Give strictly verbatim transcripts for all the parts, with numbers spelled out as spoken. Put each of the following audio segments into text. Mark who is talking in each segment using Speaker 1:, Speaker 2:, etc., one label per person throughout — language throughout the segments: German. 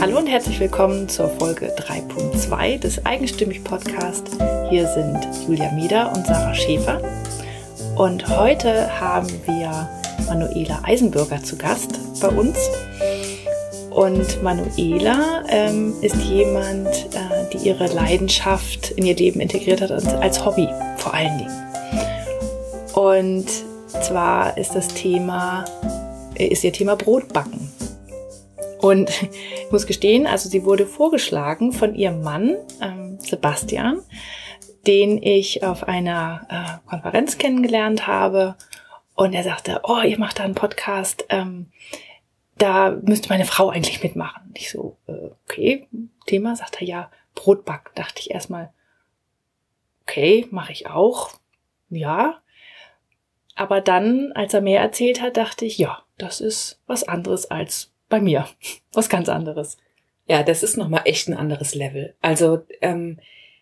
Speaker 1: Hallo und herzlich willkommen zur Folge drei Punkt zwei des Eigenstimmig-Podcast. Hier sind Julia Mieder und Sarah Schäfer. Und heute haben wir Manuela Eisenbürger zu Gast bei uns. Und Manuela ähm, ist jemand, äh, die ihre Leidenschaft in ihr Leben integriert hat, als Hobby vor allen Dingen. Und zwar ist das Thema, ist ihr Thema Brotbacken. Und ich muss gestehen, also sie wurde vorgeschlagen von ihrem Mann, ähm, Sebastian, den ich auf einer äh, Konferenz kennengelernt habe. Und er sagte, oh, ihr macht da einen Podcast, ähm, da müsste meine Frau eigentlich mitmachen. Ich so, äh, okay, Thema, sagt er, ja, Brotbacken. Dachte ich erstmal, okay, mache ich auch, ja. Aber dann, als er mehr erzählt hat, dachte ich, ja, das ist was anderes als bei mir. Was ganz anderes.
Speaker 2: Ja, das ist nochmal echt ein anderes Level. Also ähm,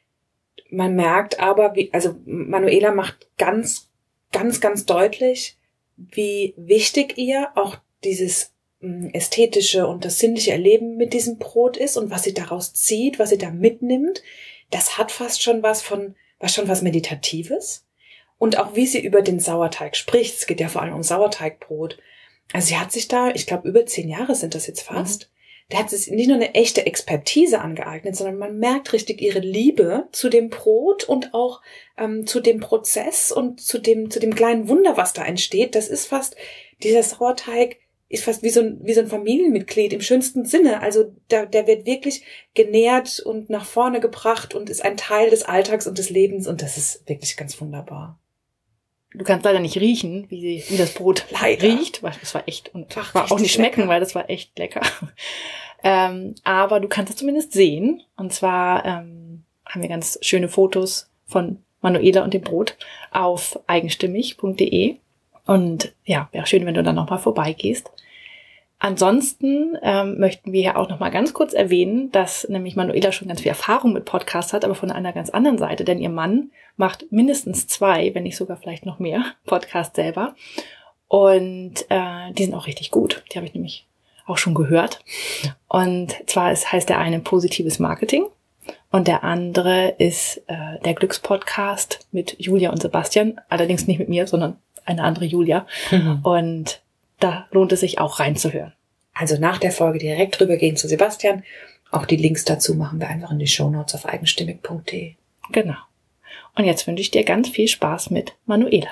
Speaker 2: man merkt aber, wie, also Manuela macht ganz, ganz, ganz deutlich, wie wichtig ihr auch dieses ähm, ästhetische und das sinnliche Erleben mit diesem Brot ist und was sie daraus zieht, was sie da mitnimmt. Das hat fast schon was von, was schon was Meditatives. Und auch wie sie über den Sauerteig spricht. Es geht ja vor allem um Sauerteigbrot. Also sie hat sich da, ich glaube über zehn Jahre sind das jetzt fast, mhm. da hat sie nicht nur eine echte Expertise angeeignet, sondern man merkt richtig ihre Liebe zu dem Brot und auch ähm, zu dem Prozess und zu dem zu dem kleinen Wunder, was da entsteht. Das ist fast, dieser Sauerteig ist fast wie so ein, wie so ein Familienmitglied im schönsten Sinne. Also da, der wird wirklich genährt und nach vorne gebracht und ist ein Teil des Alltags und des Lebens und das ist wirklich ganz wunderbar.
Speaker 1: Du kannst leider nicht riechen, wie, sie, wie das Brot leider riecht. Das war echt, und Ach, war auch nicht schmecken, lecker. Weil das war echt lecker. Ähm, aber du kannst es zumindest sehen. Und zwar ähm, haben wir ganz schöne Fotos von Manuela und dem Brot auf eigenstimmig punkt de. Und ja, wäre schön, wenn du dann nochmal vorbeigehst. Ansonsten ähm, möchten wir hier auch nochmal ganz kurz erwähnen, dass nämlich Manuela schon ganz viel Erfahrung mit Podcasts hat, aber von einer ganz anderen Seite, denn ihr Mann macht mindestens zwei, wenn nicht sogar vielleicht noch mehr, Podcasts selber. Und äh, die sind auch richtig gut. Die habe ich nämlich auch schon gehört. Und zwar ist, heißt der eine Positives Marketing und der andere ist äh, der Glückspodcast mit Julia und Sebastian. Allerdings nicht mit mir, sondern eine andere Julia. Mhm. Und da lohnt es sich auch reinzuhören.
Speaker 2: Also nach der Folge direkt rübergehen zu Sebastian. Auch die Links dazu machen wir einfach in die Shownotes auf eigenstimmig punkt de.
Speaker 1: Genau. Und jetzt wünsche ich dir ganz viel Spaß mit Manuela.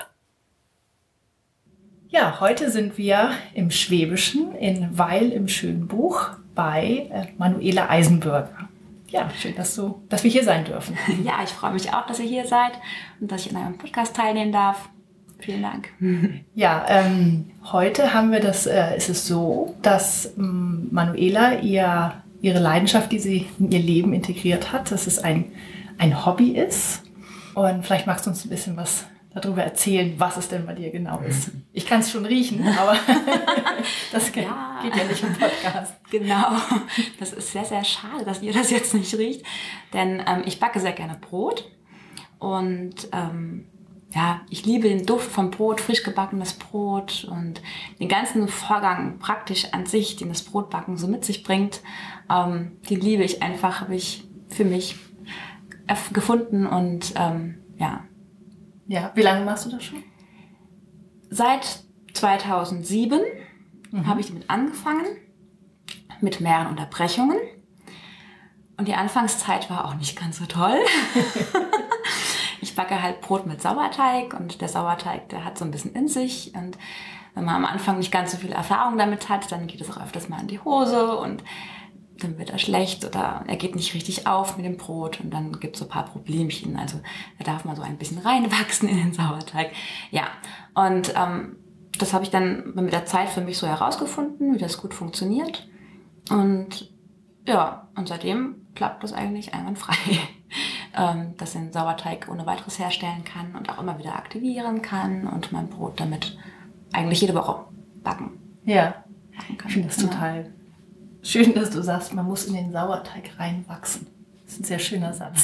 Speaker 1: Ja, heute sind wir im Schwäbischen in Weil im Schönbuch bei äh, Manuela Eisenbürger. Ja, schön, dass, du, dass wir hier sein dürfen.
Speaker 3: Ja, ich freue mich auch, dass ihr hier seid und dass ich an eurem Podcast teilnehmen darf. Vielen Dank.
Speaker 1: Ja, ähm, heute haben wir das, äh, ist es so, dass ähm, Manuela ihr, ihre Leidenschaft, die sie in ihr Leben integriert hat, dass es ein, ein Hobby ist. Und vielleicht magst du uns ein bisschen was darüber erzählen, was es denn bei dir genau ist. Ich kann es schon riechen, aber das geht ja. geht ja nicht im Podcast.
Speaker 3: Genau, das ist sehr, sehr schade, dass ihr das jetzt nicht riecht, denn ähm, ich backe sehr gerne Brot und ähm, ja, ich liebe den Duft vom Brot, frisch gebackenes Brot und den ganzen Vorgang praktisch an sich, den das Brotbacken so mit sich bringt, ähm, den liebe ich einfach, habe ich für mich gefunden und ähm, ja.
Speaker 1: Ja, wie lange machst du das schon?
Speaker 3: Seit zweitausendsieben mhm. habe ich damit angefangen, mit mehreren Unterbrechungen und die Anfangszeit war auch nicht ganz so toll. Ich backe halt Brot mit Sauerteig und der Sauerteig, der hat so ein bisschen in sich und wenn man am Anfang nicht ganz so viel Erfahrung damit hat, dann geht es auch öfters mal in die Hose und dann wird er schlecht oder er geht nicht richtig auf mit dem Brot und dann gibt es so ein paar Problemchen. Also da darf man so ein bisschen reinwachsen in den Sauerteig. Ja, und ähm, das habe ich dann mit der Zeit für mich so herausgefunden, wie das gut funktioniert. Und ja, und seitdem klappt das eigentlich einwandfrei, ähm, dass ich den Sauerteig ohne weiteres herstellen kann und auch immer wieder aktivieren kann und mein Brot damit eigentlich jede Woche backen.
Speaker 1: Ja, ich finde das ja. total schön, dass du sagst, man muss in den Sauerteig reinwachsen. Das ist ein sehr schöner Satz.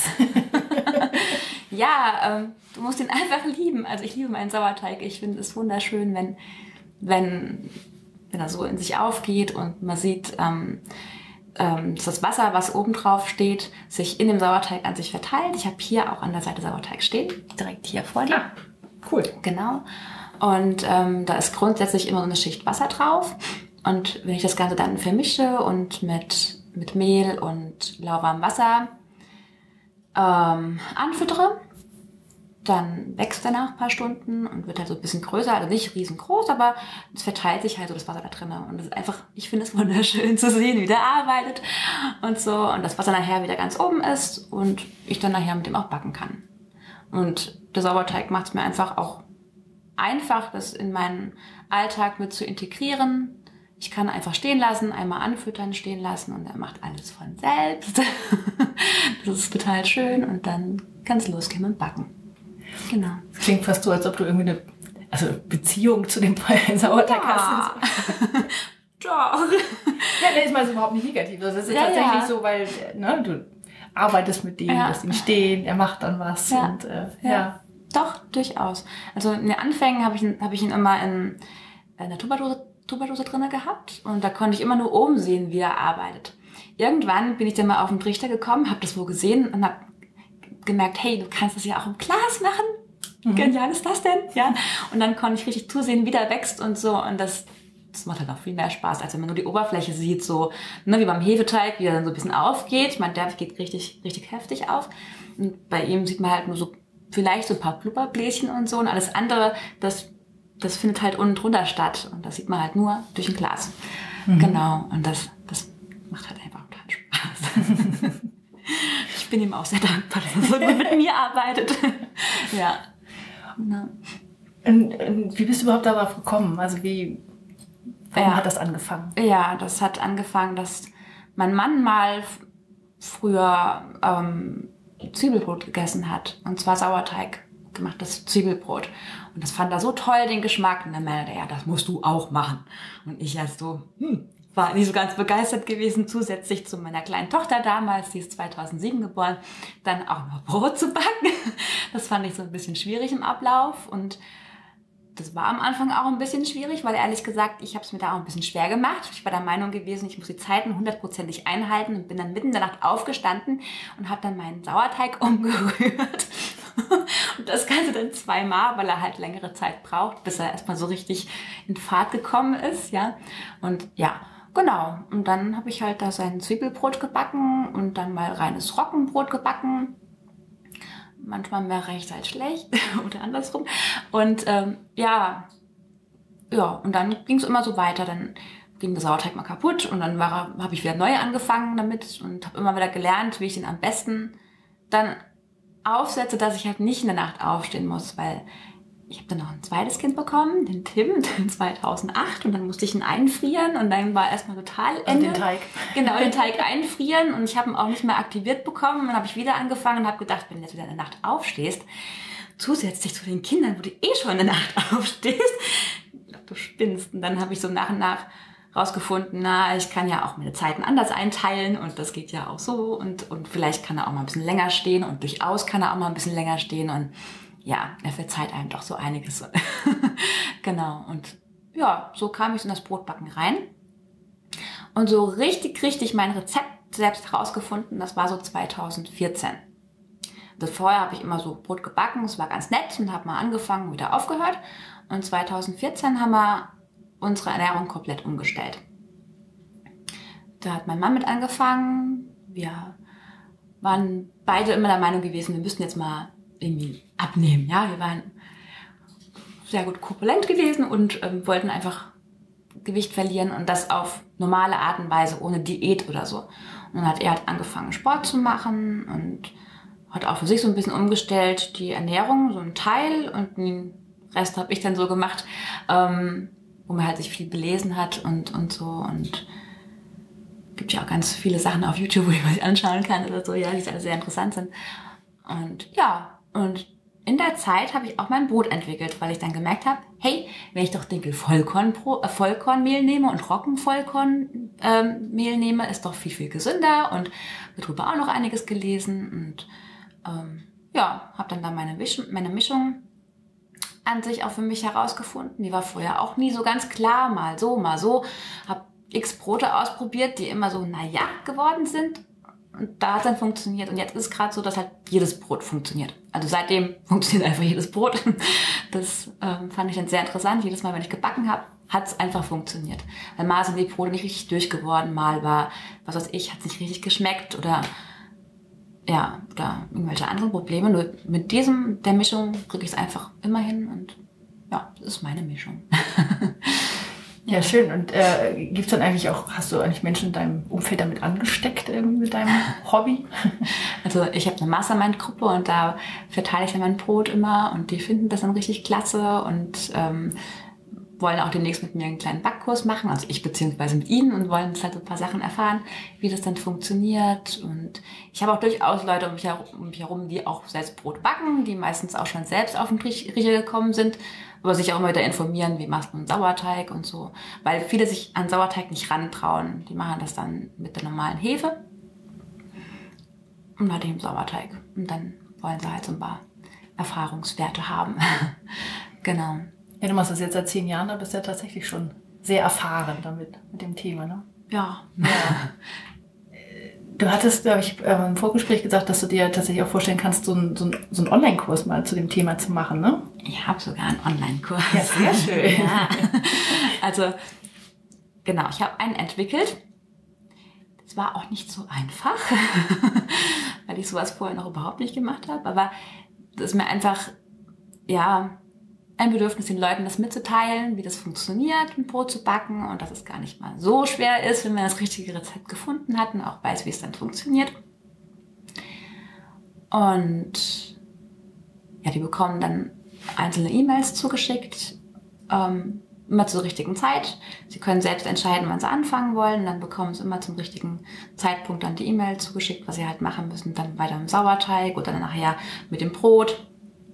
Speaker 3: Ja, ähm, du musst ihn einfach lieben. Also ich liebe meinen Sauerteig. Ich finde es wunderschön, wenn, wenn, wenn er so in sich aufgeht und man sieht, ähm, ähm, dass das Wasser, was oben drauf steht, sich in dem Sauerteig an sich verteilt. Ich habe hier auch an der Seite Sauerteig stehen, direkt hier vor dir.
Speaker 1: Ah, cool.
Speaker 3: Genau. Und ähm, da ist grundsätzlich immer so eine Schicht Wasser drauf. Und wenn ich das Ganze dann vermische und mit, mit Mehl und lauwarmem Wasser ähm, anfüttere, dann wächst er nach ein paar Stunden und wird halt so ein bisschen größer, also nicht riesengroß, aber es verteilt sich halt so das Wasser da drin. Und das ist einfach, ich finde es wunderschön zu sehen, wie der arbeitet und so. Und das Wasser nachher wieder ganz oben ist und ich dann nachher mit dem auch backen kann. Und der Sauerteig macht es mir einfach auch einfach, das in meinen Alltag mit zu integrieren. Ich kann einfach stehen lassen, einmal anfüttern, stehen lassen und er macht alles von selbst. Das ist total schön und dann kann es losgehen mit dem Backen. Genau.
Speaker 1: Das klingt fast so, als ob du irgendwie eine also Beziehung zu dem Sauerteig
Speaker 3: ja.
Speaker 1: hast.
Speaker 3: Doch.
Speaker 1: Ja, das ist mal überhaupt nicht negativ. Das ist
Speaker 3: ja,
Speaker 1: tatsächlich
Speaker 3: ja.
Speaker 1: so, weil ne, du arbeitest mit dem,
Speaker 3: ja.
Speaker 1: lässt ihn stehen, er macht dann was.
Speaker 3: Ja.
Speaker 1: Und, äh,
Speaker 3: ja.
Speaker 1: ja.
Speaker 3: Doch, durchaus. Also in den Anfängen habe ich, ihn- hab ich ihn immer in, in der Tupperdose, Tupperdose drinne gehabt und da konnte ich immer nur oben sehen, wie er arbeitet. Irgendwann bin ich dann mal auf den Trichter gekommen, habe das wo gesehen und habe gemerkt, hey, du kannst das ja auch im Glas machen. Wie genial ist das denn? Ja. Und dann konnte ich richtig zusehen, wie der wächst und so. Und das, das macht halt auch viel mehr Spaß, als wenn man nur die Oberfläche sieht, so, ne, wie beim Hefeteig, wie er dann so ein bisschen aufgeht. Ich meine, der geht richtig, richtig heftig auf. Und bei ihm sieht man halt nur so, vielleicht so ein paar Blubberbläschen und so. Und alles andere, das, das findet halt unten drunter statt. Und das sieht man halt nur durch ein Glas. Mhm. Genau. Und das, das macht halt einfach total Spaß. Ich bin ihm auch sehr dankbar, dass er so gut mit mir arbeitet. Ja. ja.
Speaker 1: Und, und wie bist du überhaupt darauf gekommen? Also wie, warum
Speaker 3: ja.
Speaker 1: hat das angefangen?
Speaker 3: Ja, das hat angefangen, dass mein Mann mal f- früher ähm, Zwiebelbrot gegessen hat. Und zwar Sauerteig gemachtes Zwiebelbrot. Und das fand er so toll, den Geschmack. Und dann meinte er, ja, das musst du auch machen. Und ich erst so, hm, war nicht so ganz begeistert gewesen, zusätzlich zu meiner kleinen Tochter damals, die ist zweitausendsieben geboren, dann auch noch Brot zu backen. Das fand ich so ein bisschen schwierig im Ablauf und das war am Anfang auch ein bisschen schwierig, weil ehrlich gesagt, ich habe es mir da auch ein bisschen schwer gemacht. Ich war der Meinung gewesen, ich muss die Zeiten hundertprozentig einhalten und bin dann mitten in der Nacht aufgestanden und habe dann meinen Sauerteig umgerührt. Und das Ganze dann zweimal, weil er halt längere Zeit braucht, bis er erstmal so richtig in Fahrt gekommen ist, ja. Und ja, genau. Und dann habe ich halt da sein Zwiebelbrot gebacken und dann mal reines Roggenbrot gebacken. Manchmal mehr recht als schlecht oder andersrum. Und ähm, ja, ja, und dann ging es immer so weiter. Dann ging der Sauerteig mal kaputt und dann war habe ich wieder neu angefangen damit und habe immer wieder gelernt, wie ich ihn am besten dann aufsetze, dass ich halt nicht in der Nacht aufstehen muss, weil ich habe dann noch ein zweites Kind bekommen, den Tim, den zweitausendacht und dann musste ich ihn einfrieren und dann war erstmal total Ende.
Speaker 1: Also den Teig.
Speaker 3: Genau, den Teig einfrieren und ich habe ihn auch nicht mehr aktiviert bekommen und dann habe ich wieder angefangen und habe gedacht, wenn du jetzt wieder in der Nacht aufstehst, zusätzlich zu den Kindern, wo du eh schon in der Nacht aufstehst, ich glaub, du spinnst. Und dann habe ich so nach und nach rausgefunden, na, ich kann ja auch meine Zeiten anders einteilen und das geht ja auch so und, und vielleicht kann er auch mal ein bisschen länger stehen und durchaus kann er auch mal ein bisschen länger stehen und ja, er verzeiht einem doch so einiges. Genau. Und ja, so kam ich in das Brotbacken rein. Und so richtig, richtig mein Rezept selbst herausgefunden, das war so zweitausendvierzehn. Also vorher habe ich immer so Brot gebacken, es war ganz nett und habe mal angefangen, wieder aufgehört. Und zweitausendvierzehn haben wir unsere Ernährung komplett umgestellt. Da hat mein Mann mit angefangen. Wir waren beide immer der Meinung gewesen, wir müssten jetzt mal irgendwie abnehmen. Ja, wir waren sehr gut korpulent gewesen und ähm, wollten einfach Gewicht verlieren und das auf normale Art und Weise, ohne Diät oder so. Und dann hat er halt angefangen, Sport zu machen und hat auch für sich so ein bisschen umgestellt, die Ernährung, so ein Teil und den Rest habe ich dann so gemacht, ähm, wo man halt sich viel belesen hat und, und so und gibt ja auch ganz viele Sachen auf YouTube, wo ich mal anschauen kann oder so, ja, die alle sehr interessant sind. Und ja, und in der Zeit habe ich auch mein Brot entwickelt, weil ich dann gemerkt habe, hey, wenn ich doch Dinkel Vollkorn, äh, Vollkornmehl nehme und Roggenvollkornmehl ähm, nehme, ist doch viel, viel gesünder und darüber auch noch einiges gelesen und ähm, ja, habe dann da meine, Mischung, meine Mischung an sich auch für mich herausgefunden. Die war vorher auch nie so ganz klar, mal so, mal so. Habe x Brote ausprobiert, die immer so, naja, geworden sind. Und da hat es dann funktioniert. Und jetzt ist es gerade so, dass halt jedes Brot funktioniert. Also seitdem funktioniert einfach jedes Brot. Das ähm, fand ich dann sehr interessant. Jedes Mal, wenn ich gebacken habe, hat es einfach funktioniert. Weil mal sind die Brote nicht richtig durchgeworden, mal war, was weiß ich, hat es nicht richtig geschmeckt oder ja, oder irgendwelche anderen Probleme. Nur mit diesem, der Mischung kriege ich es einfach immer hin und ja, das ist meine Mischung.
Speaker 1: Ja, schön. Und äh, gibt's dann eigentlich auch, hast du eigentlich Menschen in deinem Umfeld damit angesteckt, irgendwie mit deinem Hobby?
Speaker 3: Also ich habe eine Mastermind-Gruppe und da verteile ich dann mein Brot immer und die finden das dann richtig klasse und ähm, wollen auch demnächst mit mir einen kleinen Backkurs machen, also ich beziehungsweise mit ihnen und wollen jetzt halt so ein paar Sachen erfahren, wie das dann funktioniert. Und ich habe auch durchaus Leute um mich herum, um mich herum, die auch selbst Brot backen, die meistens auch schon selbst auf den Riecher gekommen sind, aber sich auch immer wieder informieren, wie machst du einen Sauerteig und so. Weil viele sich an Sauerteig nicht rantrauen. Die machen das dann mit der normalen Hefe und halt dem Sauerteig. Und dann wollen sie halt so ein paar Erfahrungswerte haben. Genau.
Speaker 1: Ja, du machst das jetzt seit zehn Jahren, da bist du ja tatsächlich schon sehr erfahren damit, mit dem Thema, ne?
Speaker 3: Ja.
Speaker 1: Ja. Du hattest, glaube ich, im Vorgespräch gesagt, dass du dir tatsächlich auch vorstellen kannst, so einen, so einen, so einen Online-Kurs mal zu dem Thema zu machen, ne?
Speaker 3: Ich habe sogar einen Online-Kurs.
Speaker 1: Ja, sehr schön.
Speaker 3: Ja. Also, genau, ich habe einen entwickelt. Das war auch nicht so einfach, weil ich sowas vorher noch überhaupt nicht gemacht habe. Aber das ist mir einfach, ja, ein Bedürfnis, den Leuten das mitzuteilen, wie das funktioniert, ein Brot zu backen und dass es gar nicht mal so schwer ist, wenn man das richtige Rezept gefunden hat und auch weiß, wie es dann funktioniert. Und ja, die bekommen dann einzelne E-Mails zugeschickt, ähm, immer zur richtigen Zeit. Sie können selbst entscheiden, wann sie anfangen wollen. Dann bekommen sie immer zum richtigen Zeitpunkt dann die E-Mail zugeschickt, was sie halt machen müssen, dann weiter im Sauerteig oder dann nachher mit dem Brot.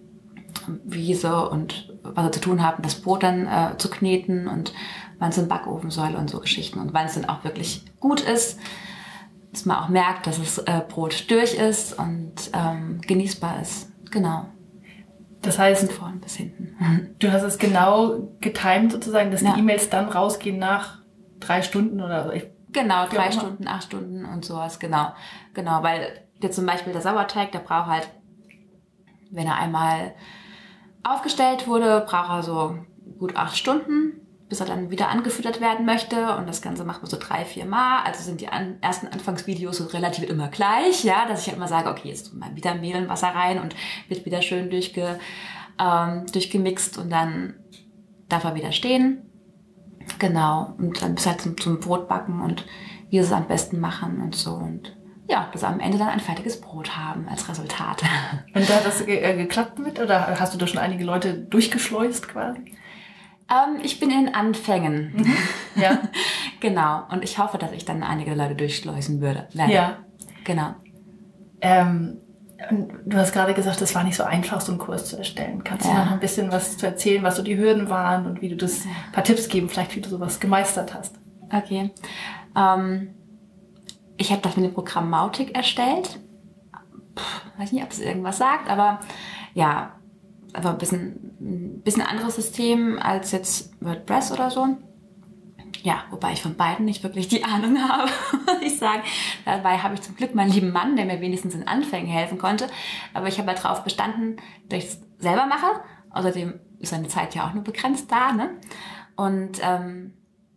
Speaker 3: Wie sie und was sie zu tun haben, das Brot dann äh, zu kneten und wann es im Backofen soll und so Geschichten. Und wann es dann auch wirklich gut ist, dass man auch merkt, dass das äh, Brot durch ist und ähm, genießbar ist. Genau.
Speaker 1: Das heißt,
Speaker 3: von vorn bis hinten.
Speaker 1: Du hast es genau getimt sozusagen, dass
Speaker 3: ja.
Speaker 1: die E-Mails dann rausgehen nach drei Stunden oder so. Ich
Speaker 3: Genau, drei Stunden, acht Stunden und sowas, genau. Genau, weil jetzt zum Beispiel der Sauerteig, der braucht halt, wenn er einmal aufgestellt wurde, braucht er so gut acht Stunden, bis er dann wieder angefüttert werden möchte. Und das Ganze macht man so drei, vier Mal. Also sind die an, ersten Anfangsvideos so relativ immer gleich, ja, dass ich halt immer sage, okay, jetzt tun wir wieder Mehl und Wasser rein und wird wieder schön durchge, ähm, durchgemixt und dann darf er wieder stehen. Genau. Und dann bis halt zum, zum Brotbacken und wie sie es am besten machen und so. Und ja, dass wir am Ende dann ein fertiges Brot haben als Resultat.
Speaker 1: Und da hat das ge- äh, geklappt mit? Oder hast du da schon einige Leute durchgeschleust quasi?
Speaker 3: Ähm, ich bin in den Anfängen.
Speaker 1: Mhm. Ja.
Speaker 3: Genau. Und ich hoffe, dass ich dann einige Leute durchschleusen würde. Werde.
Speaker 1: Ja.
Speaker 3: Genau.
Speaker 1: Ähm, und du hast gerade gesagt, es war nicht so einfach, so einen Kurs zu erstellen. Kannst
Speaker 3: Ja.
Speaker 1: du noch ein bisschen was zu erzählen, was so die Hürden waren und wie du das, ein paar Tipps geben, vielleicht wie du sowas gemeistert hast?
Speaker 3: Okay. Ähm, ich habe das mit dem Programm Mautic erstellt. Puh, weiß nicht, ob es irgendwas sagt, aber ja, aber ein bisschen, ein bisschen anderes System als jetzt WordPress oder so. Ja, wobei ich von beiden nicht wirklich die Ahnung habe, muss ich sagen. Dabei habe ich zum Glück meinen lieben Mann, der mir wenigstens in Anfängen helfen konnte. Aber ich habe halt darauf bestanden, dass ich es selber mache. Außerdem ist seine Zeit ja auch nur begrenzt da, ne? Und ähm,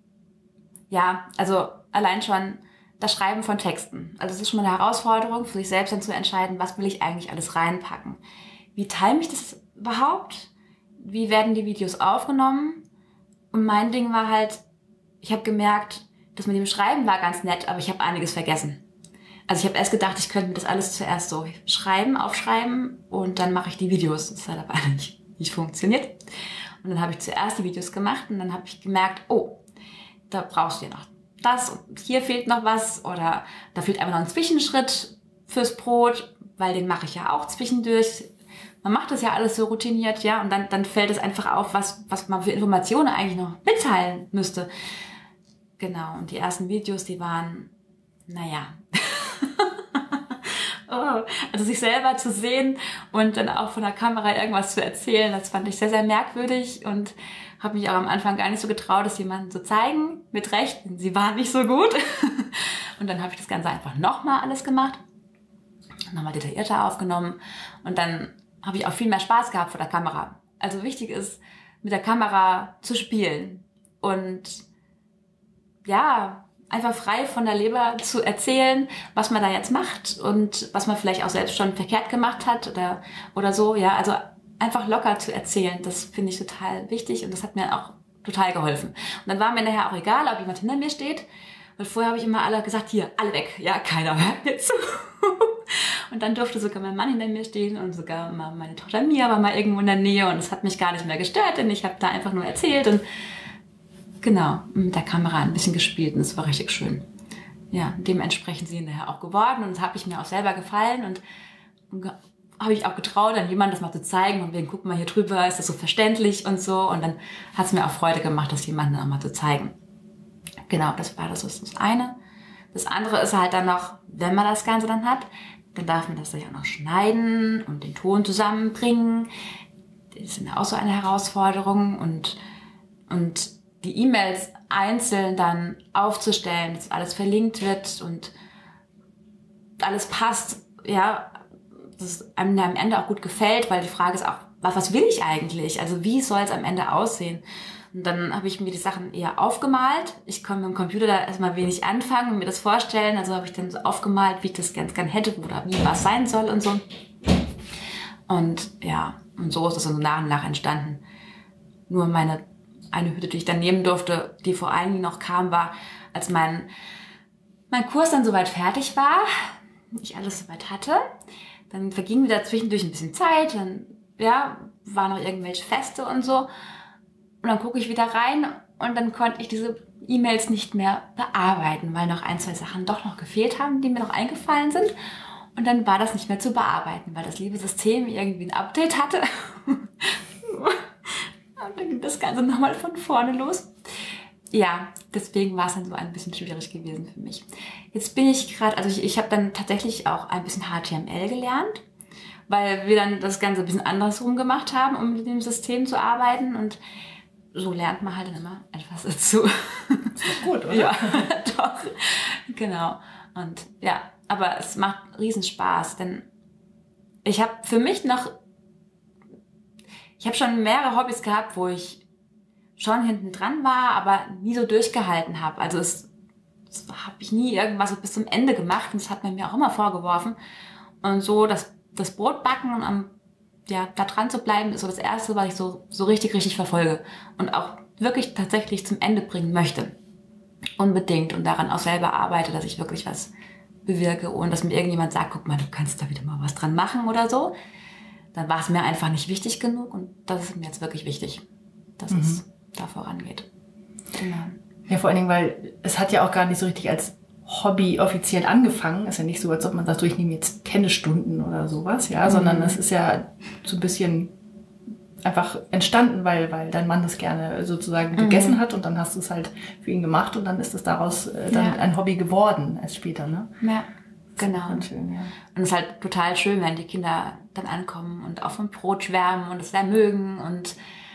Speaker 3: ja, also allein schon das Schreiben von Texten. Also es ist schon mal eine Herausforderung, für sich selbst dann zu entscheiden, was will ich eigentlich alles reinpacken. Wie time ich das überhaupt? Wie werden die Videos aufgenommen? Und mein Ding war halt, ich habe gemerkt, das mit dem Schreiben war ganz nett, aber ich habe einiges vergessen. Also ich habe erst gedacht, ich könnte mir das alles zuerst so schreiben, aufschreiben und dann mache ich die Videos. Das hat aber nicht, nicht funktioniert. Und dann habe ich zuerst die Videos gemacht und dann habe ich gemerkt, oh, da brauchst du ja noch das und hier fehlt noch was oder da fehlt einfach noch ein Zwischenschritt fürs Brot, weil den mache ich ja auch zwischendurch. Man macht das ja alles so routiniert, ja, und dann, dann fällt es einfach auf, was, was man für Informationen eigentlich noch mitteilen müsste. Genau, und die ersten Videos, die waren, naja, oh, also sich selber zu sehen und dann auch von der Kamera irgendwas zu erzählen, das fand ich sehr, sehr merkwürdig und habe mich auch am Anfang gar nicht so getraut, das jemandem zu zeigen. Mit Recht, sie waren nicht so gut. Und dann habe ich das Ganze einfach nochmal alles gemacht, nochmal detaillierter aufgenommen und dann habe ich auch viel mehr Spaß gehabt vor der Kamera. Also wichtig ist, mit der Kamera zu spielen und ja, einfach frei von der Leber zu erzählen, was man da jetzt macht und was man vielleicht auch selbst schon verkehrt gemacht hat oder, oder so. Ja, also einfach locker zu erzählen, das finde ich total wichtig und das hat mir auch total geholfen. Und dann war mir nachher auch egal, ob jemand hinter mir steht, weil vorher habe ich immer alle gesagt, hier, alle weg. Ja, keiner hört mir zu. Und dann durfte sogar mein Mann hinter mir stehen und sogar mal meine Tochter Mia war mal irgendwo in der Nähe und es hat mich gar nicht mehr gestört, denn ich habe da einfach nur erzählt und genau, mit der Kamera ein bisschen gespielt und es war richtig schön. Ja, dementsprechend sind sie nachher auch geworden und das habe ich mir auch selber gefallen und, und habe ich auch getraut, dann jemandem das mal zu zeigen und wegen, guck mal hier drüber, ist das so verständlich und so und dann hat es mir auch Freude gemacht, das jemandem auch mal zu zeigen. Genau, das war das, das ist das eine. Das andere ist halt dann noch, wenn man das Ganze dann hat, dann darf man das sich auch noch schneiden und den Ton zusammenbringen. Das ist auch so eine Herausforderung und, und die E-Mails einzeln dann aufzustellen, dass alles verlinkt wird und alles passt, ja, dass es einem am Ende auch gut gefällt, weil die Frage ist auch, was, was will ich eigentlich? Also wie soll es am Ende aussehen? Und dann habe ich mir die Sachen eher aufgemalt. Ich konnte mit dem Computer da erstmal wenig anfangen und mir das vorstellen. Also habe ich dann so aufgemalt, wie ich das ganz gern hätte oder wie was sein soll und so. Und ja, und so ist es dann nach und nach entstanden. Nur meine eine Hütte, die ich dann nehmen durfte, die vor allen Dingen noch kam, war, als mein, mein Kurs dann soweit fertig war, ich alles soweit hatte, dann verging wieder zwischendurch ein bisschen Zeit, dann ja, waren noch irgendwelche Feste und so. Und dann gucke ich wieder rein und dann konnte ich diese E-Mails nicht mehr bearbeiten, weil noch ein, zwei Sachen doch noch gefehlt haben, die mir noch eingefallen sind. Und dann war das nicht mehr zu bearbeiten, weil das liebe System irgendwie ein Update hatte. Und dann ging das Ganze nochmal von vorne los. Ja, deswegen war es dann so ein bisschen schwierig gewesen für mich. Jetzt bin ich gerade, also ich, ich habe dann tatsächlich auch ein bisschen H T M L gelernt, weil wir dann das Ganze ein bisschen andersrum gemacht haben, um mit dem System zu arbeiten und so lernt man halt dann immer etwas dazu.
Speaker 1: Das ist doch gut, oder?
Speaker 3: Ja, doch. Genau. Und ja, aber es macht riesen Spaß, denn ich habe für mich noch, ich habe schon mehrere Hobbys gehabt, wo ich schon hinten dran war, aber nie so durchgehalten habe. Also es, es habe ich nie irgendwas so bis zum Ende gemacht und das hat man mir auch immer vorgeworfen. Und so das, das Brot backen und am ja, da dran zu bleiben, ist so das Erste, was ich so, so richtig, richtig verfolge und auch wirklich tatsächlich zum Ende bringen möchte. Unbedingt und daran auch selber arbeite, dass ich wirklich was bewirke, ohne dass mir irgendjemand sagt, guck mal, du kannst da wieder mal was dran machen oder so. Dann war es mir einfach nicht wichtig genug und das ist mir jetzt wirklich wichtig, dass mhm. es da vorangeht. Genau.
Speaker 1: Ja, vor allen Dingen, weil es hat ja auch gar nicht so richtig als Hobby offiziell angefangen. Ist ja nicht so, als ob man sagt, so, ich nehme jetzt Tennisstunden oder sowas, ja, mhm. sondern es ist ja so ein bisschen einfach entstanden, weil, weil dein Mann das gerne sozusagen mhm. gegessen hat und dann hast du es halt für ihn gemacht und dann ist es daraus äh, dann ja. ein Hobby geworden erst später, ne?
Speaker 3: Ja, genau.
Speaker 1: Ganz schön, ja.
Speaker 3: Und es ist halt total schön, wenn die Kinder dann ankommen und auch vom Brot schwärmen und es sehr mögen und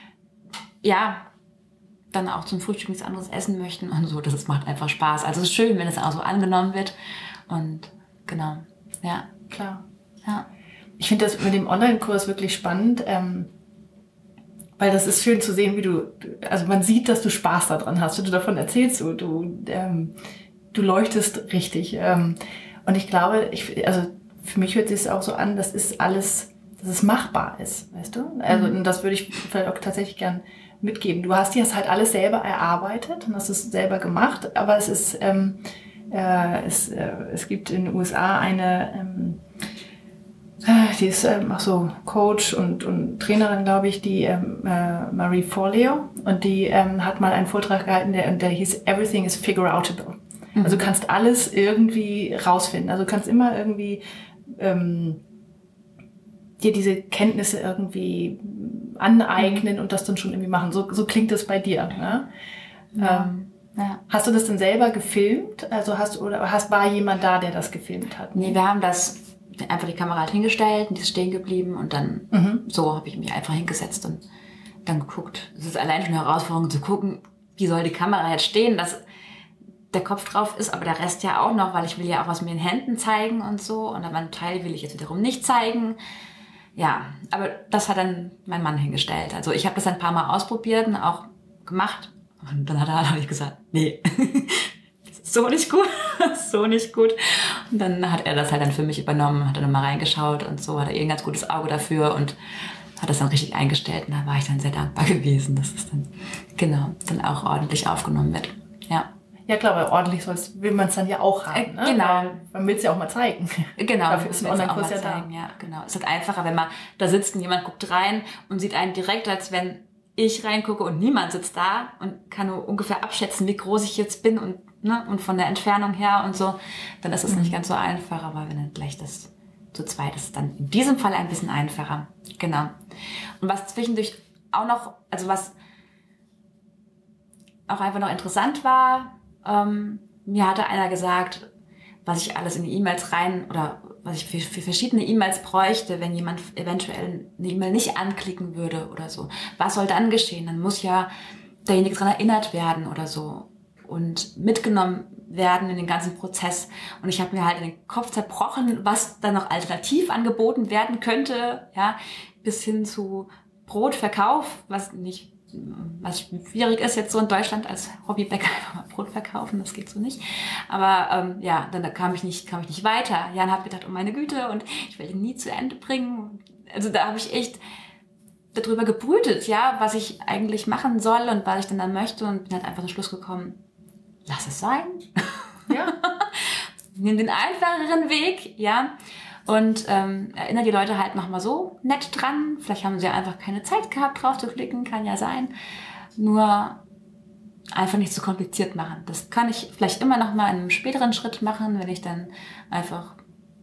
Speaker 3: ja, dann auch zum Frühstück nichts anderes essen möchten und so. Das macht einfach Spaß. Also es ist schön, wenn es auch so angenommen wird. Und genau, ja.
Speaker 1: Klar.
Speaker 3: Ja.
Speaker 1: Ich finde das mit dem Online-Kurs wirklich spannend, ähm, weil das ist schön zu sehen, wie du, also man sieht, dass du Spaß daran hast, wenn du davon erzählst, du, du, ähm, du leuchtest richtig. Ähm, und ich glaube, ich, also für mich hört sich es auch so an, das ist alles, dass es machbar ist, weißt du? Also mhm. und das würde ich vielleicht auch tatsächlich gern mitgeben. Du hast dir das halt alles selber erarbeitet und hast es selber gemacht, aber es ist, ähm, äh, es, äh, es gibt in den U S A eine, ähm, die ist ähm, auch so Coach und, und Trainerin, glaube ich, die ähm, äh, Marie Forleo, und die ähm, hat mal einen Vortrag gehalten, der, der hieß Everything is Figure-outable. Mhm. Also du kannst alles irgendwie rausfinden. Also du kannst immer irgendwie ähm, dir diese Kenntnisse irgendwie aneignen und das dann schon irgendwie machen. So, so klingt das bei dir. Ne?
Speaker 3: Ja.
Speaker 1: Ähm,
Speaker 3: ja.
Speaker 1: Hast du das denn selber gefilmt? Also hast oder hast war jemand da, der das gefilmt hat?
Speaker 3: Nee, wir haben das einfach die Kamera halt hingestellt und die ist stehen geblieben und dann mhm. so habe ich mich einfach hingesetzt und dann geguckt. Es ist allein schon eine Herausforderung zu gucken, wie soll die Kamera jetzt stehen, dass der Kopf drauf ist, aber der Rest ja auch noch, weil ich will ja auch was mit den Händen zeigen und so und aber einen Teil will ich jetzt wiederum nicht zeigen. Ja, aber das hat dann mein Mann hingestellt. Also ich habe das ein paar Mal ausprobiert und auch gemacht und dann hat er halt gesagt, nee, das ist so nicht gut, das ist so nicht gut. Und dann hat er das halt dann für mich übernommen, hat dann mal reingeschaut und so, hat er eh ein ganz gutes Auge dafür und hat das dann richtig eingestellt und da war ich dann sehr dankbar gewesen, dass es dann, genau, dann auch ordentlich aufgenommen wird. Ja.
Speaker 1: Ja klar, weil ordentlich soll's, will man es dann ja auch haben. Ne?
Speaker 3: Genau.
Speaker 1: Weil man will es ja auch mal zeigen.
Speaker 3: Genau.
Speaker 1: Dafür ist ein Online-Kurs ja da.
Speaker 3: Ja, genau. Es ist halt einfacher, wenn man da sitzt und jemand guckt rein und sieht einen direkt, als wenn ich reingucke und niemand sitzt da und kann nur ungefähr abschätzen, wie groß ich jetzt bin und, ne, und von der Entfernung her und so, dann ist es mhm. nicht ganz so einfach, aber wenn dann gleich das zu zweit ist, dann in diesem Fall ein bisschen einfacher. Genau. Und was zwischendurch auch noch, also was auch einfach noch interessant war, ähm, mir hatte einer gesagt, was ich alles in die E-Mails rein oder was ich für, für verschiedene E-Mails bräuchte, wenn jemand eventuell eine E-Mail nicht anklicken würde oder so. Was soll dann geschehen? Dann muss ja derjenige daran erinnert werden oder so und mitgenommen werden in den ganzen Prozess. Und ich habe mir halt in den Kopf zerbrochen, was dann noch alternativ angeboten werden könnte, ja, bis hin zu Brotverkauf, was nicht was schwierig ist jetzt so in Deutschland als Hobbybäcker einfach mal Brot verkaufen, das geht so nicht. Aber ähm, ja, dann da kam ich nicht, kam ich nicht weiter. Jan hat gedacht, oh meine Güte, und ich will ihn nie zu Ende bringen. Also da habe ich echt darüber gebrütet, ja, was ich eigentlich machen soll und was ich denn dann möchte und bin halt einfach zum Schluss gekommen, lass es sein. Ja. Nimm den einfacheren Weg, ja. Und ähm, erinnere die Leute halt nochmal so nett dran. Vielleicht haben sie einfach keine Zeit gehabt, drauf zu klicken, kann ja sein. Nur einfach nicht zu kompliziert machen. Das kann ich vielleicht immer nochmal in einem späteren Schritt machen, wenn ich dann einfach,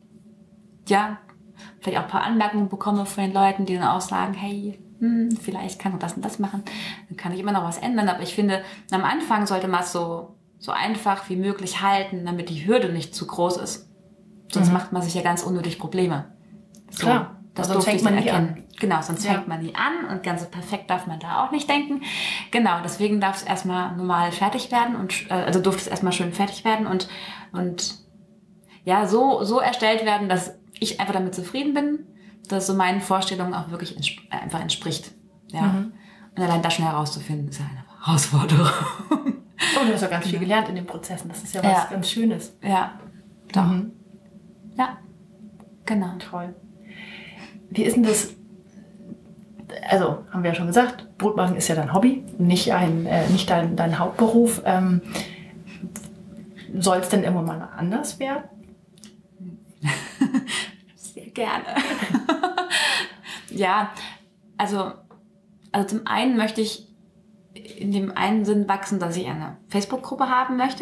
Speaker 3: ja, vielleicht auch ein paar Anmerkungen bekomme von den Leuten, die dann auch sagen, hey, hm, vielleicht kann man das und das machen. Dann kann ich immer noch was ändern. Aber ich finde, am Anfang sollte man es so, so einfach wie möglich halten, damit die Hürde nicht zu groß ist. Sonst mhm. macht man sich ja ganz unnötig Probleme. So,
Speaker 1: klar,
Speaker 3: das
Speaker 1: sonst fängt man nie
Speaker 3: erkennen.
Speaker 1: an.
Speaker 3: Genau, sonst
Speaker 1: ja.
Speaker 3: fängt man nie an und ganz so perfekt darf man da auch nicht denken. Genau, deswegen darf es erstmal normal fertig werden und also durfte es erstmal schön fertig werden und und ja, so so erstellt werden, dass ich einfach damit zufrieden bin, dass so meinen Vorstellungen auch wirklich entsp- einfach entspricht. Ja. Mhm. Und allein das schon herauszufinden, ist ja eine Herausforderung.
Speaker 1: Oh, du hast ja ganz viel gelernt in den Prozessen. Das ist ja was
Speaker 3: ja.
Speaker 1: ganz Schönes.
Speaker 3: Ja, doch.
Speaker 1: Mhm.
Speaker 3: Ja, genau.
Speaker 1: Toll. Wie ist denn das? Also, haben wir ja schon gesagt, Brotbacken ist ja dein Hobby, nicht, ein, äh, nicht dein, dein Hauptberuf. Ähm, soll es denn irgendwann mal anders werden?
Speaker 3: Sehr gerne. Ja, also, also zum einen möchte ich in dem einen Sinn wachsen, dass ich eine Facebook-Gruppe haben möchte.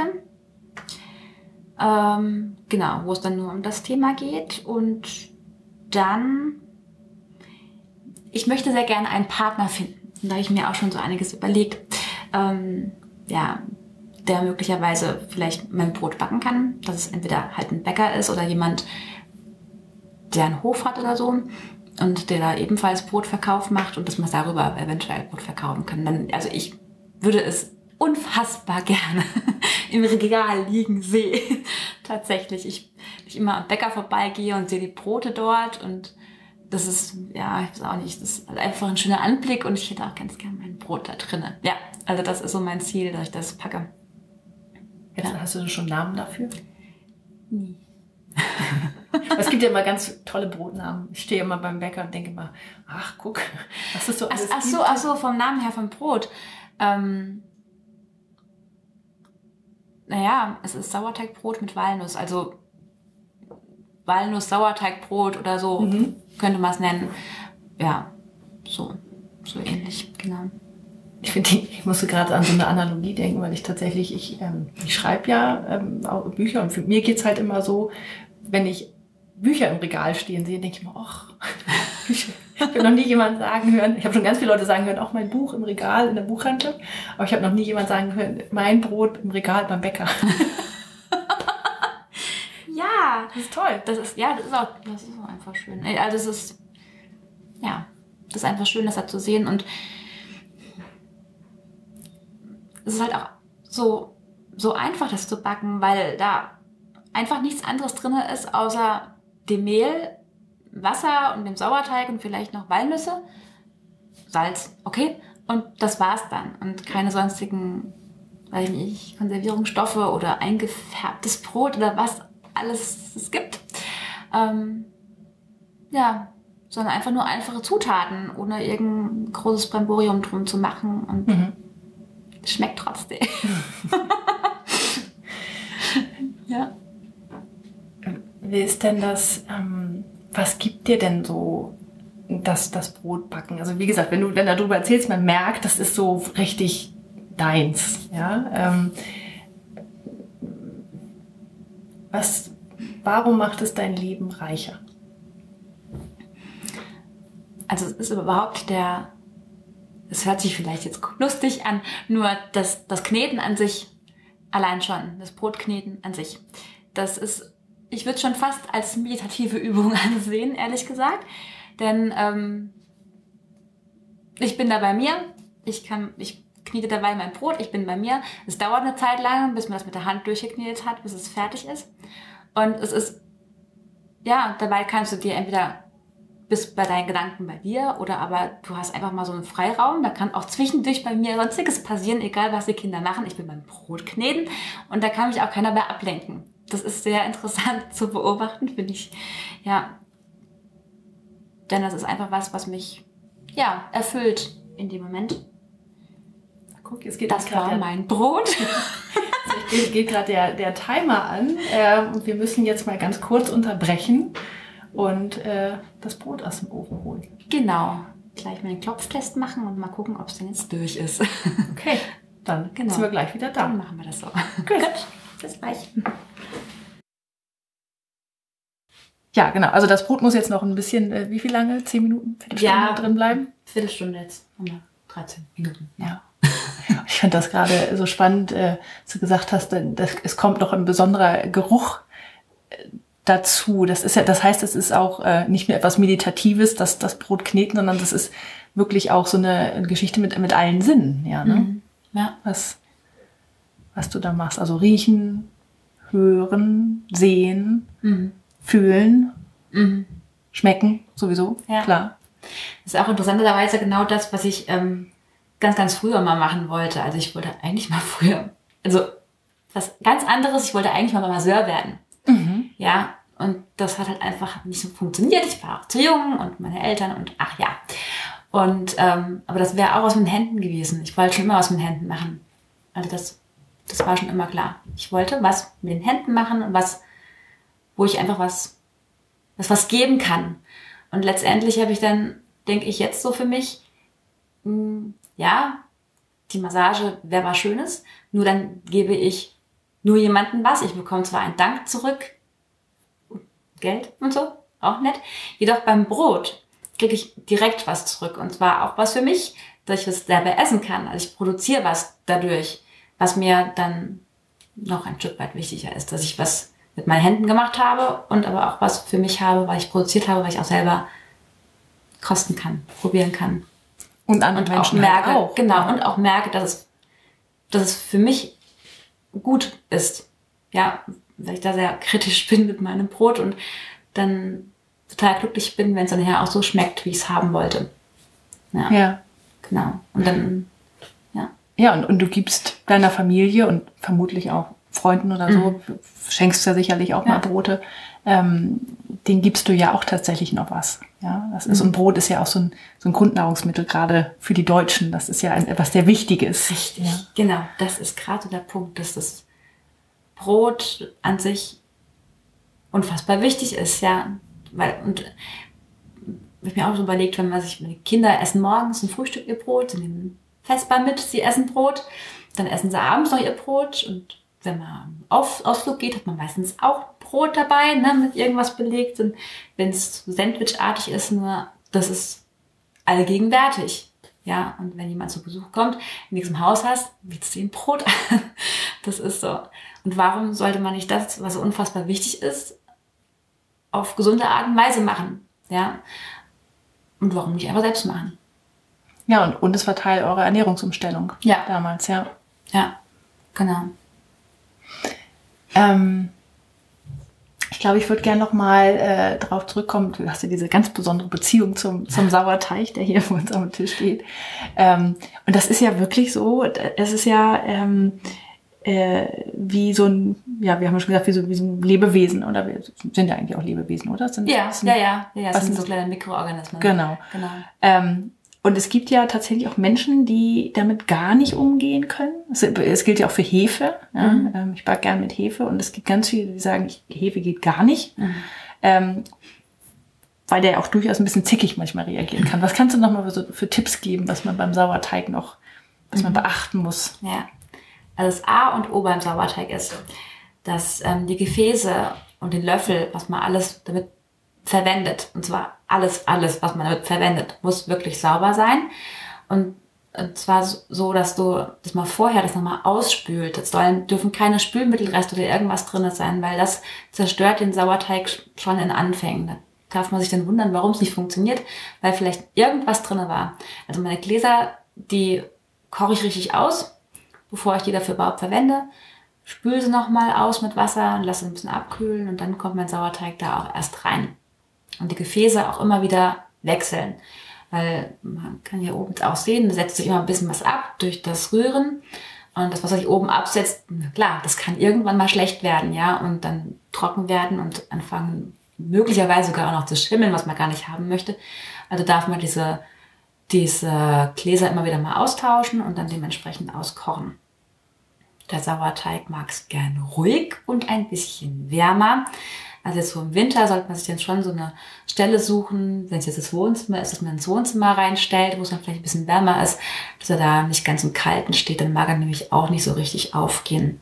Speaker 3: Ähm, genau, wo es dann nur um das Thema geht. Und dann, ich möchte sehr gerne einen Partner finden. Und da habe ich mir auch schon so einiges überlegt. Ähm, ja, der möglicherweise vielleicht mein Brot backen kann. Dass es entweder halt ein Bäcker ist oder jemand, der einen Hof hat oder so. Und der da ebenfalls Brotverkauf macht und dass man darüber eventuell Brot verkaufen kann. Dann, also ich würde es unfassbar gerne im Regal liegen sehe. Tatsächlich. Ich, ich immer am Bäcker vorbeigehe und sehe die Brote dort und das ist, ja, ich weiß auch nicht, das ist einfach ein schöner Anblick und ich hätte auch ganz gerne mein Brot da drinnen. Ja, also das ist so mein Ziel, dass ich das packe.
Speaker 1: Jetzt ja. Hast du schon Namen dafür?
Speaker 3: Nie.
Speaker 1: Es gibt ja immer ganz tolle Brotnamen. Ich stehe immer beim Bäcker und denke immer, ach, guck, was ist so alles
Speaker 3: Ach, ach so, ach so, vom Namen her vom Brot. Ähm, naja, es ist Sauerteigbrot mit Walnuss. Also Walnuss-Sauerteigbrot oder so mhm. könnte man es nennen. Ja, so, so ähnlich, genau.
Speaker 1: Ich finde, ich musste gerade an so eine Analogie denken, weil ich tatsächlich, ich, ähm, ich schreibe ja ähm, auch Bücher und für mir geht's halt immer so, wenn ich Bücher im Regal stehen sehe, denke ich mir, ach, ich habe noch nie jemand sagen hören, ich habe schon ganz viele Leute sagen hören, auch mein Buch im Regal in der Buchhandlung, aber ich habe noch nie jemand sagen hören, mein Brot im Regal beim Bäcker.
Speaker 3: Ja, Ja,
Speaker 1: das ist toll.
Speaker 3: Das ist, ja, das ist auch, das ist auch einfach schön. Also es ist, ja, das ist einfach schön, das da zu sehen. Und es ist halt auch so, so einfach, das zu backen, weil da einfach nichts anderes drin ist, außer dem Mehl, Wasser und dem Sauerteig und vielleicht noch Walnüsse, Salz, okay, und das war's dann. Und keine sonstigen, weiß ich nicht, Konservierungsstoffe oder eingefärbtes Brot oder was alles es gibt. Ähm, ja, sondern einfach nur einfache Zutaten, ohne irgendein großes Bremborium drum zu machen und mhm. schmeckt trotzdem. Ja.
Speaker 1: Wie ist denn das, ähm, was gibt dir denn so das, das Brotbacken? Also wie gesagt, wenn du wenn du darüber erzählst, man merkt, das ist so richtig deins. Ja? Ähm, was, warum macht es dein Leben reicher?
Speaker 3: Also es ist überhaupt der, es hört sich vielleicht jetzt lustig an, nur das, das Kneten an sich, allein schon, das Brotkneten an sich, das ist, ich würde es schon fast als meditative Übung ansehen, ehrlich gesagt, denn ähm, ich bin da bei mir, ich kann, ich knete dabei mein Brot, ich bin bei mir, es dauert eine Zeit lang, bis man das mit der Hand durchgeknetet hat, bis es fertig ist und es ist, ja, dabei kannst du dir entweder bist bei deinen Gedanken bei dir oder aber du hast einfach mal so einen Freiraum. Da kann auch zwischendurch bei mir sonstiges passieren, egal was die Kinder machen. Ich bin beim Brotkneten und da kann mich auch keiner mehr ablenken. Das ist sehr interessant zu beobachten, finde ich. Ja, denn das ist einfach was, was mich ja erfüllt in dem Moment.
Speaker 1: Guck, jetzt geht
Speaker 3: das war der, mein Brot.
Speaker 1: Jetzt geht, geht gerade der, der Timer an äh, und wir müssen jetzt mal ganz kurz unterbrechen und äh, das Brot aus dem Ofen holen.
Speaker 3: Genau. Gleich mal einen Klopftest machen und mal gucken, ob es denn jetzt durch ist.
Speaker 1: Okay, dann genau. sind wir gleich wieder da.
Speaker 3: Dann machen wir das so.
Speaker 1: Gut.
Speaker 3: Gut. Bis gleich.
Speaker 1: Ja, genau. Also das Brot muss jetzt noch ein bisschen, äh, wie viel lange? Zehn Minuten? Viertelstunde
Speaker 3: ja,
Speaker 1: drin bleiben?
Speaker 3: Viertelstunde jetzt. Haben wir dreizehn Minuten.
Speaker 1: Ja. Ich fand das gerade so spannend, äh, dass du gesagt hast, dass es kommt noch ein besonderer Geruch äh, dazu. Das ist ja, das heißt, es ist auch äh, nicht nur etwas Meditatives, das, das Brot kneten, sondern das ist wirklich auch so eine Geschichte mit, mit allen Sinnen, ja, ne?
Speaker 3: Mhm. Ja.
Speaker 1: Was, was du da machst. Also riechen, hören, sehen, mhm. fühlen, mhm. schmecken, sowieso,
Speaker 3: ja.
Speaker 1: klar.
Speaker 3: Das ist auch interessanterweise genau das, was ich ähm, ganz, ganz früher mal machen wollte. Also ich wollte eigentlich mal früher, also was ganz anderes, ich wollte eigentlich mal Masseur werden. Mhm. Ja, und das hat halt einfach nicht so funktioniert. Ich war auch zu jung und meine Eltern und ach ja. Und ähm, aber das wäre auch was mit den Händen gewesen. Ich wollte schon immer was mit den Händen machen. Also das, das war schon immer klar. Ich wollte was mit den Händen machen und was, wo ich einfach was, was, was geben kann. Und letztendlich habe ich dann, denke ich jetzt so für mich, mh, ja, die Massage wäre was Schönes, nur dann gebe ich nur jemandem was. Ich bekomme zwar einen Dank zurück, Geld und so, auch nett. Jedoch beim Brot kriege ich direkt was zurück. Und zwar auch was für mich, dass ich es selber essen kann. Also ich produziere was dadurch, was mir dann noch ein Stück weit wichtiger ist. Dass ich was mit meinen Händen gemacht habe und aber auch was für mich habe, weil ich produziert habe, weil ich auch selber kosten kann, probieren kann.
Speaker 1: Und andere
Speaker 3: und
Speaker 1: Menschen
Speaker 3: auch merke,
Speaker 1: halt auch.
Speaker 3: Genau, und auch merke, dass es, dass es für mich gut ist. Ja, weil ich da sehr kritisch bin mit meinem Brot und dann total glücklich bin, wenn es dann nachher auch so schmeckt, wie ich es haben wollte. Ja.
Speaker 1: ja.
Speaker 3: Genau. Und dann, ja.
Speaker 1: Ja, und, und du gibst deiner Familie und vermutlich auch Freunden oder so, mhm. schenkst ja sicherlich auch ja. mal Brote, ähm, denen gibst du ja auch tatsächlich noch was. Ja, das ist, mhm. und Brot ist ja auch so ein, so ein Grundnahrungsmittel, gerade für die Deutschen. Das ist ja ein, etwas sehr Wichtiges.
Speaker 3: Richtig, ja. Genau. Das ist gerade der Punkt, dass das Brot an sich unfassbar wichtig ist, ja. Weil, und ich habe mir auch so überlegt, wenn man sich, wenn die Kinder essen morgens ein Frühstück ihr Brot, sie nehmen Vesper mit, sie essen Brot, dann essen sie abends noch ihr Brot und wenn man auf Ausflug geht, hat man meistens auch Brot dabei, ne, mit irgendwas belegt und wenn es sandwichartig ist, nur das ist allgegenwärtig. Ja, und wenn jemand zu Besuch kommt, in diesem Haus hast, bietest du ihm Brot an. Das ist so. Und warum sollte man nicht das, was so unfassbar wichtig ist, auf gesunde Art und Weise machen. Ja. Und warum nicht einfach selbst machen?
Speaker 1: Ja, und, und es war Teil eurer Ernährungsumstellung
Speaker 3: ja.
Speaker 1: damals, ja.
Speaker 3: Ja, genau.
Speaker 1: Ähm, ich glaube, ich würde gerne nochmal äh, darauf zurückkommen. Du hast ja diese ganz besondere Beziehung zum, zum Sauerteig, der hier vor uns am Tisch steht. Ähm, und das ist ja wirklich so, es ist ja ähm, äh, wie so ein, ja, wir haben ja schon gesagt, wie so, wie so ein Lebewesen. Oder wir sind ja eigentlich auch Lebewesen, oder? Sind,
Speaker 3: ja,
Speaker 1: sind,
Speaker 3: ja, ja, ja, das
Speaker 1: sind
Speaker 3: sind so kleine Mikroorganismen.
Speaker 1: Genau.
Speaker 3: genau.
Speaker 1: Ähm, Und es gibt ja tatsächlich auch Menschen, die damit gar nicht umgehen können. Es, es gilt ja auch für Hefe. Ja? Mhm. Ich backe gern mit Hefe und es gibt ganz viele, die sagen, ich, Hefe geht gar nicht. Mhm. Ähm, weil der auch durchaus ein bisschen zickig manchmal reagieren kann. Was kannst du noch mal für, so, für Tipps geben, was man beim Sauerteig noch, was man mhm. beachten muss?
Speaker 3: Ja, also das A und O beim Sauerteig ist, dass ähm, die Gefäße und den Löffel, was man alles damit verwendet, und zwar alles, alles, was man damit verwendet, muss wirklich sauber sein. Und, und zwar so, dass du das mal vorher das nochmal ausspült. Es dürfen keine Spülmittelreste oder irgendwas drin sein, weil das zerstört den Sauerteig schon in Anfängen. Da darf man sich dann wundern, warum es nicht funktioniert, weil vielleicht irgendwas drin war. Also meine Gläser, die koche ich richtig aus, bevor ich die dafür überhaupt verwende. Spüle sie nochmal aus mit Wasser und lasse sie ein bisschen abkühlen und dann kommt mein Sauerteig da auch erst rein. Und die Gefäße auch immer wieder wechseln. Weil man kann hier oben auch sehen, da setzt sich immer ein bisschen was ab durch das Rühren. Und das, was sich oben absetzt, klar, das kann irgendwann mal schlecht werden, ja, und dann trocken werden und anfangen möglicherweise sogar auch noch zu schimmeln, was man gar nicht haben möchte. Also darf man diese, diese Gläser immer wieder mal austauschen und dann dementsprechend auskochen. Der Sauerteig mag es gern ruhig und ein bisschen wärmer. Also jetzt so im Winter sollte man sich dann schon so eine Stelle suchen, wenn es jetzt das Wohnzimmer ist, dass man ins Wohnzimmer reinstellt, wo es dann vielleicht ein bisschen wärmer ist, dass er da nicht ganz im Kalten steht, dann mag er nämlich auch nicht so richtig aufgehen.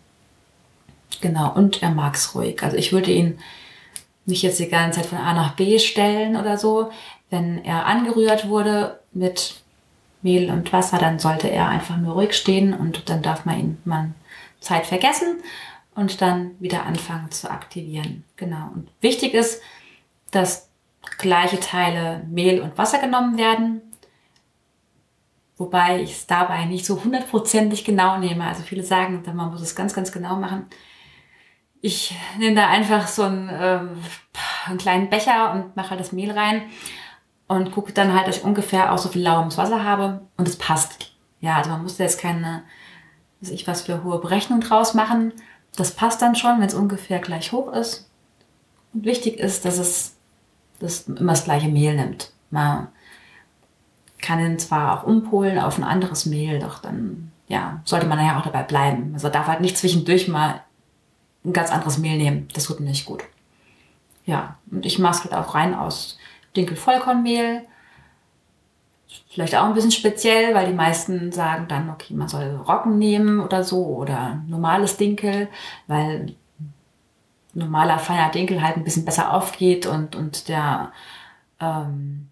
Speaker 3: Genau, und er mag es ruhig. Also ich würde ihn nicht jetzt die ganze Zeit von A nach B stellen oder so. Wenn er angerührt wurde mit Mehl und Wasser, dann sollte er einfach nur ruhig stehen und dann darf man ihn mal Zeit vergessen und dann wieder anfangen zu aktivieren. Genau. Und wichtig ist, dass gleiche Teile Mehl und Wasser genommen werden, wobei ich es dabei nicht so hundertprozentig genau nehme. Also viele sagen, man muss es ganz, ganz genau machen. Ich nehme da einfach so einen, ähm, einen kleinen Becher und mache halt das Mehl rein und gucke dann halt, dass ich ungefähr auch so viel lauwarmes Wasser habe und es passt. Ja, also man muss da jetzt keine, weiß ich was für hohe Berechnung draus machen. Das passt dann schon, wenn es ungefähr gleich hoch ist. Und wichtig ist, dass es dass immer das gleiche Mehl nimmt. Man kann ihn zwar auch umpolen auf ein anderes Mehl, doch dann ja, sollte man nachher auch dabei bleiben. Also darf halt nicht zwischendurch mal ein ganz anderes Mehl nehmen. Das tut nicht gut. Ja, und ich mache es halt auch rein aus Dinkel-Vollkornmehl. Vielleicht auch ein bisschen speziell, weil die meisten sagen dann, okay, man soll Roggen nehmen oder so oder normales Dinkel, weil normaler, feiner Dinkel halt ein bisschen besser aufgeht und, und der ähm,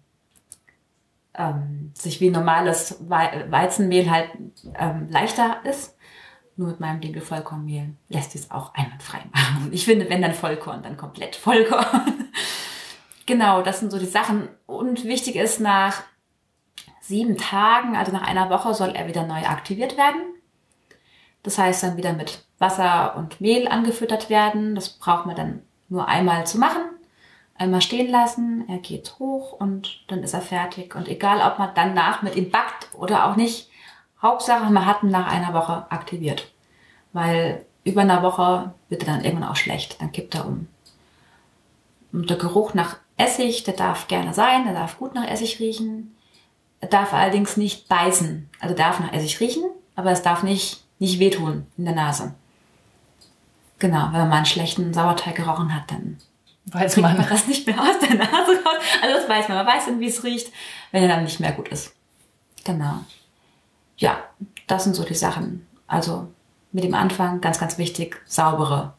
Speaker 3: ähm, sich wie normales Weizenmehl halt ähm, leichter ist. Nur mit meinem Dinkel-Vollkornmehl lässt es auch einwandfrei machen. Und ich finde, wenn dann Vollkorn, dann komplett Vollkorn. Genau, das sind so die Sachen. Und wichtig ist, nach sieben Tagen, also nach einer Woche, soll er wieder neu aktiviert werden. Das heißt, dann wieder mit Wasser und Mehl angefüttert werden. Das braucht man dann nur einmal zu machen. Einmal stehen lassen, er geht hoch und dann ist er fertig. Und egal, ob man danach mit ihm backt oder auch nicht, Hauptsache, man hat ihn nach einer Woche aktiviert. Weil über einer Woche wird er dann irgendwann auch schlecht, dann kippt er um. Und der Geruch nach Essig, der darf gerne sein, der darf gut nach Essig riechen. Er darf allerdings nicht beißen. Also darf nach Essig riechen, aber es darf nicht, nicht wehtun in der Nase. Genau, wenn man mal einen schlechten Sauerteig gerochen hat, dann weiß man, man das nicht mehr aus der Nase raus. Also das weiß man, man weiß dann, wie es riecht, wenn er dann nicht mehr gut ist. Genau. Ja, das sind so die Sachen. Also mit dem Anfang, ganz, ganz wichtig, saubere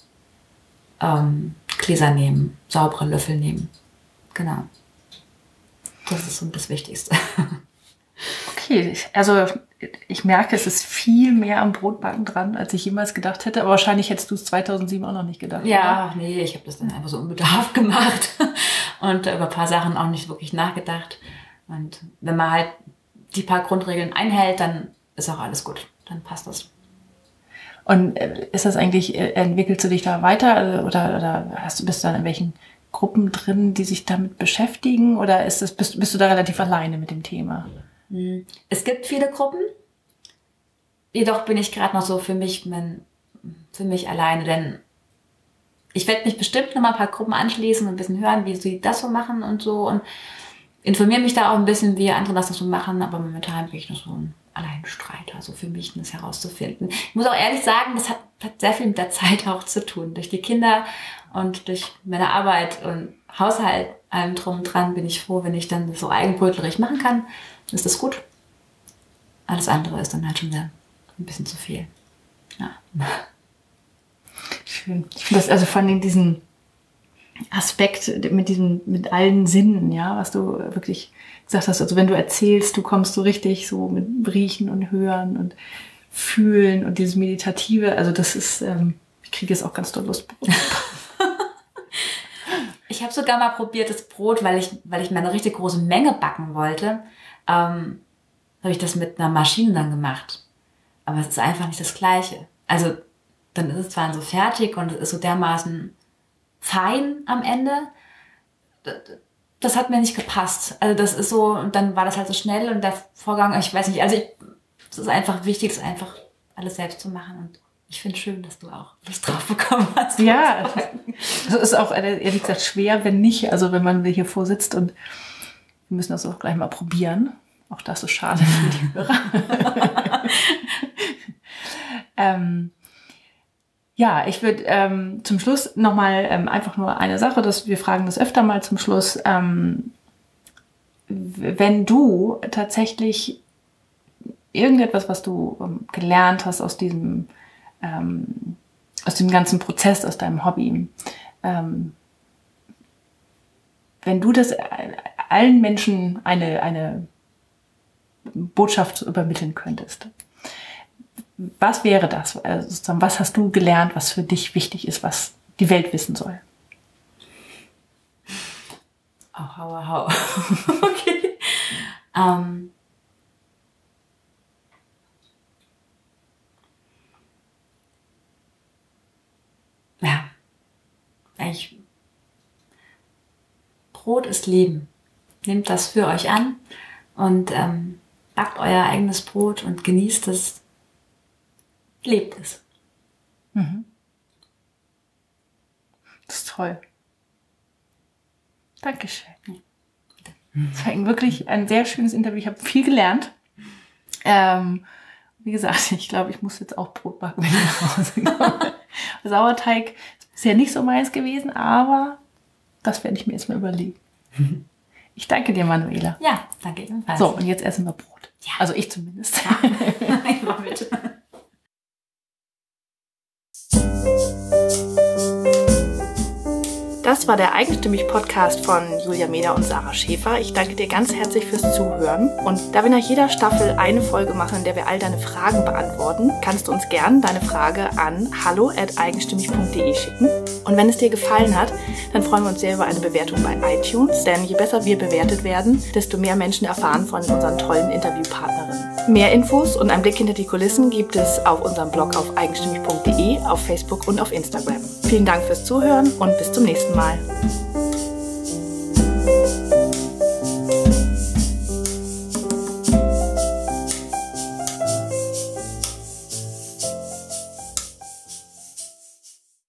Speaker 3: ähm, Gläser nehmen, saubere Löffel nehmen. Genau. Das ist so das Wichtigste.
Speaker 1: Okay, also ich merke, es ist viel mehr am Brotbacken dran, als ich jemals gedacht hätte. Aber wahrscheinlich hättest du es zweitausendsieben auch noch nicht gedacht.
Speaker 3: Ja,
Speaker 1: oder?
Speaker 3: Nee, ich habe das dann einfach so unbedarft gemacht und über ein paar Sachen auch nicht wirklich nachgedacht. Und wenn man halt die paar Grundregeln einhält, dann ist auch alles gut. Dann passt das.
Speaker 1: Und ist das eigentlich, entwickelst du dich da weiter oder, oder hast du, bist du dann in welchen Gruppen drin, die sich damit beschäftigen? Oder ist das, bist, bist du da relativ alleine mit dem Thema?
Speaker 3: Es gibt viele Gruppen, jedoch bin ich gerade noch so für mich, mein, für mich alleine, denn ich werde mich bestimmt noch mal ein paar Gruppen anschließen und ein bisschen hören, wie sie das so machen und so und informiere mich da auch ein bisschen, wie andere das so machen, aber momentan bin ich noch so ein Alleinstreiter, so für mich das herauszufinden. Ich muss auch ehrlich sagen, das hat, hat sehr viel mit der Zeit auch zu tun. Durch die Kinder und durch meine Arbeit und Haushalt, allem drum und dran, bin ich froh, wenn ich dann das so eigenbrötlerig machen kann. Ist das gut? Alles andere ist dann halt schon wieder ein bisschen zu viel. Ja.
Speaker 1: Schön. Ich finde das also vor allem diesen Aspekt mit diesem, mit allen Sinnen, ja, was du wirklich gesagt hast. Also wenn du erzählst, du kommst so richtig so mit Riechen und Hören und Fühlen und dieses Meditative. Also das ist, ähm, ich kriege jetzt auch ganz doll Lust.
Speaker 3: Ich habe sogar mal probiert, das Brot, weil ich, weil ich mir eine richtig große Menge backen wollte, ähm, habe ich das mit einer Maschine dann gemacht. Aber es ist einfach nicht das Gleiche. Also dann ist es zwar so fertig und es ist so dermaßen fein am Ende. Das hat mir nicht gepasst. Also das ist so, und dann war das halt so schnell und der Vorgang, ich weiß nicht, also ich, es ist einfach wichtig, es einfach alles selbst zu machen und ich finde es schön, dass du auch Lust drauf bekommen hast.
Speaker 1: Ja, das ist auch ehrlich gesagt schwer, wenn nicht, also wenn man hier vorsitzt und wir müssen das auch gleich mal probieren. Auch das ist schade für die Hörer. ähm, ja, ich würde ähm, zum Schluss nochmal ähm, einfach nur eine Sache, dass wir fragen das öfter mal zum Schluss. Ähm, wenn du tatsächlich irgendetwas, was du ähm, gelernt hast aus diesem, ähm, aus dem ganzen Prozess, aus deinem Hobby, ähm, wenn du das allen Menschen eine, eine Botschaft übermitteln könntest, was wäre das? Also sozusagen, was hast du gelernt, was für dich wichtig ist, was die Welt wissen soll?
Speaker 3: Oh, hau, hau. Okay. Ähm. Ja. Ich, Brot ist Leben. Nehmt das für euch an und ähm, backt euer eigenes Brot und genießt es. Lebt es.
Speaker 1: Mhm. Das ist toll. Dankeschön. Das war wirklich ein sehr schönes Interview. Ich habe viel gelernt. Ähm, wie gesagt, ich glaube, ich muss jetzt auch Brot backen, wenn ich nach Hause komme. Sauerteig ist bisher nicht so meins gewesen, aber das werde ich mir jetzt mal überlegen. Ich danke dir, Manuela.
Speaker 3: Ja, danke ebenfalls.
Speaker 1: So, und jetzt essen wir Brot.
Speaker 3: Ja.
Speaker 1: Also ich zumindest.
Speaker 3: Ja. Ich mach mit.
Speaker 1: Das war der Eigenstimmig-Podcast von Julia Meder und Sarah Schäfer. Ich danke dir ganz herzlich fürs Zuhören. Und da wir nach jeder Staffel eine Folge machen, in der wir all deine Fragen beantworten, kannst du uns gern deine Frage an hallo at eigenstimmig punkt de schicken. Und wenn es dir gefallen hat, dann freuen wir uns sehr über eine Bewertung bei iTunes, denn je besser wir bewertet werden, desto mehr Menschen erfahren von unseren tollen Interviewpartnerinnen. Mehr Infos und einen Blick hinter die Kulissen gibt es auf unserem Blog auf eigenstimmig punkt de, auf Facebook und auf Instagram. Vielen Dank fürs Zuhören und bis zum nächsten Mal.